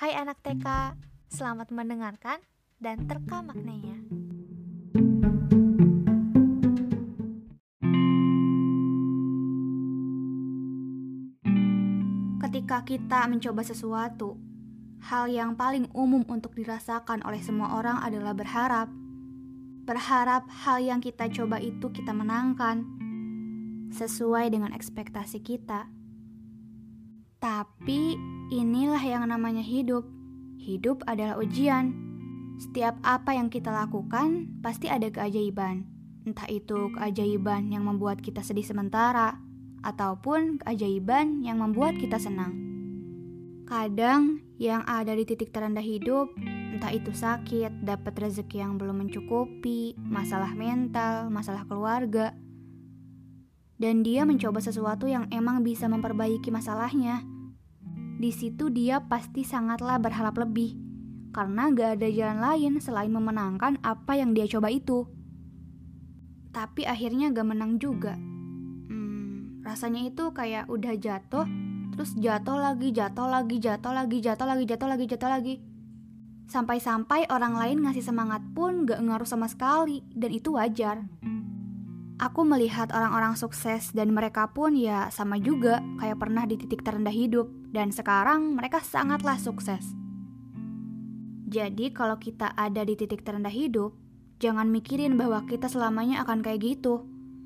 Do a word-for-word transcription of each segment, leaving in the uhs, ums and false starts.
Hai anak T K, selamat mendengarkan dan terka maknanya. Ketika kita mencoba sesuatu, hal yang paling umum untuk dirasakan oleh semua orang adalah berharap. Berharap hal yang kita coba itu kita menangkan, sesuai dengan ekspektasi kita. Tapi inilah yang namanya hidup. Hidup adalah ujian. Setiap apa yang kita lakukan pasti ada keajaiban. Entah itu keajaiban yang membuat kita sedih sementara, ataupun keajaiban yang membuat kita senang. Kadang yang ada di titik terendah hidup, entah itu sakit, dapat rezeki yang belum mencukupi, masalah mental, masalah keluarga, dan dia mencoba sesuatu yang emang bisa memperbaiki masalahnya. Di situ dia pasti sangatlah berharap lebih, karena gak ada jalan lain selain memenangkan apa yang dia coba itu. Tapi akhirnya gak menang juga. Hmm, rasanya itu kayak udah jatuh, terus jatuh lagi, jatuh lagi, jatuh lagi, jatuh lagi, jatuh lagi, jatuh lagi. Sampai-sampai orang lain ngasih semangat pun gak ngaruh sama sekali, dan itu wajar. Aku melihat orang-orang sukses dan mereka pun ya sama juga kayak pernah di titik terendah hidup, dan sekarang mereka sangatlah sukses. Jadi kalau kita ada di titik terendah hidup, jangan mikirin bahwa kita selamanya akan kayak gitu.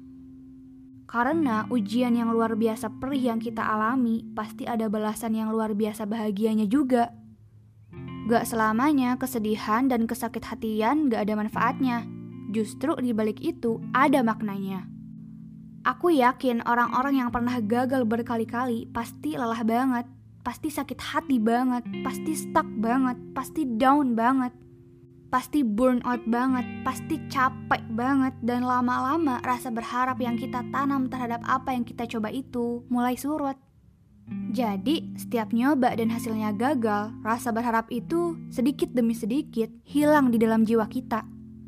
Karena ujian yang luar biasa perih yang kita alami, pasti ada balasan yang luar biasa bahagianya juga. Gak selamanya kesedihan dan kesakit hatian gak ada manfaatnya. Justru di balik itu ada maknanya. Aku yakin orang-orang yang pernah gagal berkali-kali pasti lelah banget, pasti sakit hati banget, pasti stuck banget, pasti down banget, pasti burn out banget, pasti capek banget, dan lama-lama rasa berharap yang kita tanam terhadap apa yang kita coba itu mulai surut. Jadi setiap nyoba dan hasilnya gagal, rasa berharap itu sedikit demi sedikit hilang di dalam jiwa kita.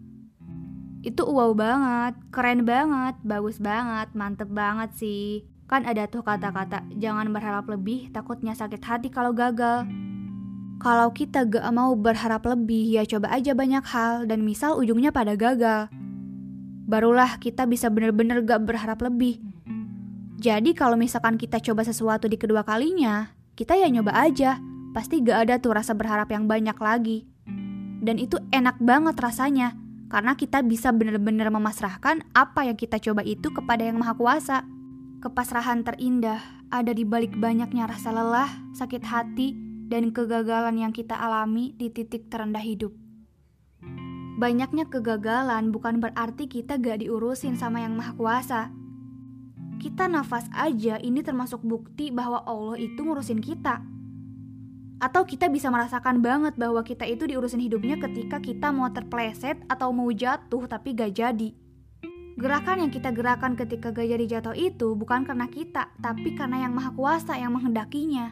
Itu wow banget, keren banget, bagus banget, mantep banget sih. Kan ada tuh kata-kata, jangan berharap lebih, takutnya sakit hati kalau gagal. Kalau kita gak mau berharap lebih, ya coba aja banyak hal, dan misal ujungnya pada gagal. Barulah kita bisa bener-bener gak berharap lebih. Jadi kalau misalkan kita coba sesuatu di kedua kalinya, kita ya nyoba aja. Pasti gak ada tuh rasa berharap yang banyak lagi. Dan itu enak banget rasanya, karena kita bisa benar-benar memasrahkan apa yang kita coba itu kepada Yang Maha Kuasa. Kepasrahan terindah ada di balik banyaknya rasa lelah, sakit hati, dan kegagalan yang kita alami di titik terendah hidup. Banyaknya kegagalan bukan berarti kita gak diurusin sama Yang Maha Kuasa. Kita nafas aja ini termasuk bukti bahwa Allah itu ngurusin kita. Atau kita bisa merasakan banget bahwa kita itu diurusin hidupnya ketika kita mau terpleset atau mau jatuh tapi gak jadi. Gerakan yang kita gerakan ketika gak jadi jatuh itu bukan karena kita, tapi karena Yang Maha Kuasa yang menghendakinya.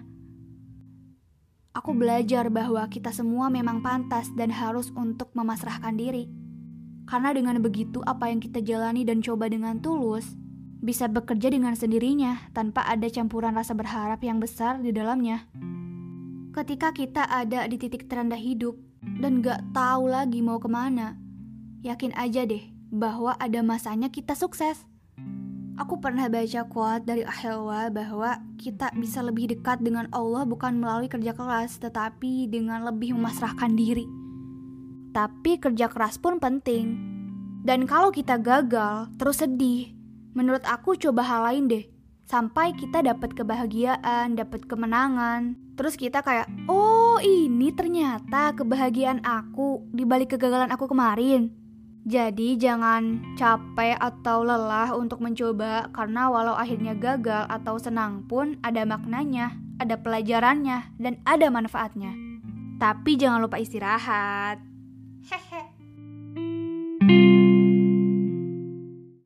Aku belajar bahwa kita semua memang pantas dan harus untuk memasrahkan diri. Karena dengan begitu apa yang kita jalani dan coba dengan tulus bisa bekerja dengan sendirinya tanpa ada campuran rasa berharap yang besar di dalamnya. Ketika kita ada di titik terendah hidup dan gak tahu lagi mau kemana, yakin aja deh bahwa ada masanya kita sukses. Aku pernah baca quote dari Ahilwa bahwa kita bisa lebih dekat dengan Allah bukan melalui kerja keras, tetapi dengan lebih memasrahkan diri. Tapi kerja keras pun penting. Dan kalau kita gagal, terus sedih, menurut aku coba hal lain deh. Sampai kita dapat kebahagiaan, dapat kemenangan. Terus kita kayak, oh ini ternyata kebahagiaan aku di balik kegagalan aku kemarin. Jadi jangan capek atau lelah untuk mencoba, karena walau akhirnya gagal atau senang pun ada maknanya, ada pelajarannya, dan ada manfaatnya. Tapi jangan lupa istirahat. Hehe.